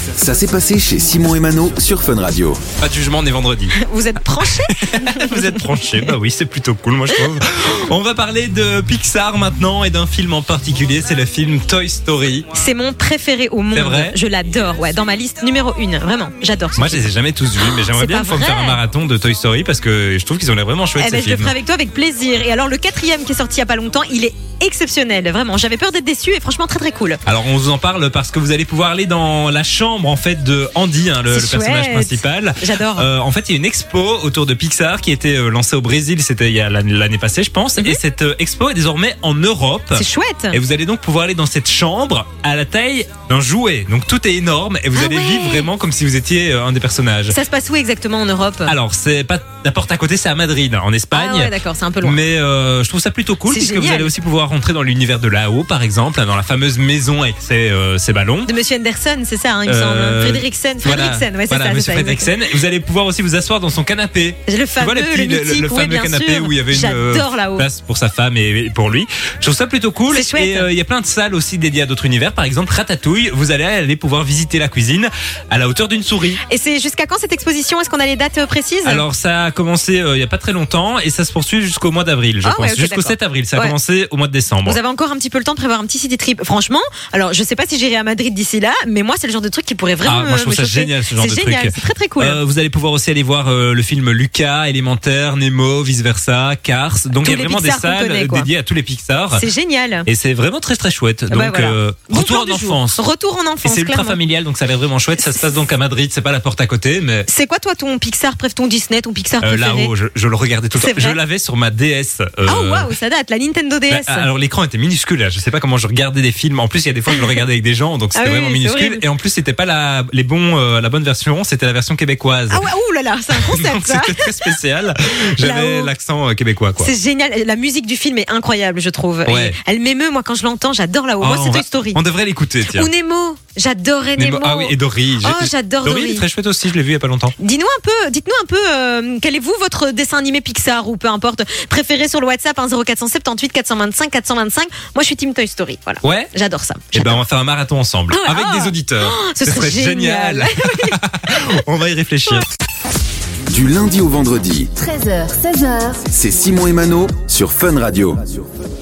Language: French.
Ça s'est passé chez Simon et Mano sur Fun Radio. Pas de jugement, on est vendredi. Vous êtes branchés? Vous êtes tranchés, bah oui, c'est plutôt cool, moi je trouve. On va parler de Pixar maintenant et d'un film en particulier, c'est le film Toy Story. C'est mon préféré au monde. C'est vrai? Je l'adore, ouais, dans ma liste numéro 1, vraiment, j'adore. Moi je les ai jamais tous vus, mais j'aimerais C'est bien pas une fois me vrai. faire un marathon de Toy Story parce que je trouve qu'ils ont l'air vraiment chouettes Eh ben, ces je le films. ferai avec toi avec plaisir. Et alors le 4e qui est sorti il y a pas longtemps, il est exceptionnel, vraiment. J'avais peur d'être déçue et franchement très très cool. Alors on vous en parle parce que vous allez pouvoir aller dans la chambre en fait de Andy, le C'est personnage chouette. principal. J'adore. En fait, il y a une expo autour de Pixar qui a été lancée au Brésil, c'était il y a l'année passée, je pense. Et cette expo est désormais en Europe. C'est chouette. Et vous allez donc pouvoir aller dans cette chambre à la taille d'un jouet. Donc tout est énorme et vous Ah allez ouais. vivre vraiment comme si vous étiez un des personnages. Ça se passe où exactement en Europe? Alors, c'est pas la porte à côté, c'est à Madrid, en Espagne. Ah ouais, d'accord, c'est un peu loin. Mais je trouve ça plutôt cool C'est puisque génial. vous allez aussi pouvoir rentrer dans l'univers de là-haut, par exemple, dans la fameuse maison avec ses ballons. De Monsieur Anderson, c'est ça, hein, il me semble. Frédériksen, ouais, c'est Voilà, ça. Monsieur Frédériksen. Vous allez pouvoir aussi vous asseoir dans son canapé. Le fameux, Tu vois, le mythique, le oui, fameux bien canapé sûr. où il y avait une J'adore là-haut. place pour sa femme et pour lui. Je trouve ça plutôt cool. C'est chouette. Et il y a plein de salles aussi dédiées à d'autres univers. Par exemple, Ratatouille. Vous allez aller pouvoir visiter la cuisine à la hauteur d'une souris. Et c'est jusqu'à quand cette exposition? Est-ce qu'on a les dates précises? Alors ça a commencé il y a pas très longtemps et ça se poursuit jusqu'au mois d'avril, je Ah pense. ouais, ok, Jusqu'au d'accord. 7 avril. Ça a Ouais. commencé au mois de décembre. Vous avez encore un petit peu le temps de prévoir un petit city trip. Franchement, alors je sais pas si j'irai à Madrid d'ici là, mais moi c'est le genre de truc qui pourrait vraiment Moi je trouve me ça chauffer. génial ce genre de C'est truc. génial, c'est très très cool. Vous allez pouvoir aussi aller voir le film Lucas, Élémentaire, Nemo, vice versa, Cars. Donc Tous il y a les vraiment des Pixar qu'on salles connaît, quoi. dédiées à tous les Pixar. C'est génial. Et c'est vraiment très très chouette. Bah, Donc voilà. Bon retour plan en du jour. enfance. Retour en Et enfance, c'est ultra clairement. familial, donc ça a l'air vraiment chouette. Ça se passe donc à Madrid, c'est pas la porte à côté, mais C'est quoi toi ton Pixar préféré, ton Disney, ton Pixar préféré? là-haut, je le regardais tout le C'est temps. Je vrai l'avais sur ma DS. Oh waouh, ça date, la Nintendo DS. Alors l'écran était minuscule là. Je sais pas comment je regardais des films. En plus il y a des fois je le regardais avec des gens, donc c'était Ah oui, vraiment c'est minuscule. horrible. Et en plus c'était pas la bonne version, c'était la version québécoise. Ah ouais, ouh là là, c'est un Donc concept ça. c'était très spécial. J'avais Là-haut. l'accent québécois quoi. C'est génial, la musique du film est incroyable, je trouve. Ouais. Et elle m'émeut, moi quand je l'entends, j'adore là-haut. Moi Oh, c'est on Toy va- Story. On devrait l'écouter tiens. Ou Nemo, j'adorais Nemo. Ah oui, et Dory. Oh, j'adore Dory. Dory. Il est très chouette aussi, je l'ai vu il y a pas longtemps. Dites-nous un peu, quel est vous votre dessin animé Pixar ou peu importe préféré sur le WhatsApp 0478 425 425. Moi je suis Team Toy Story, voilà. Ouais. J'adore ça. Et ben on va faire un marathon ensemble Ah, avec ah. des auditeurs. Ce serait génial. On va y réfléchir. Du lundi au vendredi, 13h, 16h, c'est Simon et Mano sur Fun Radio.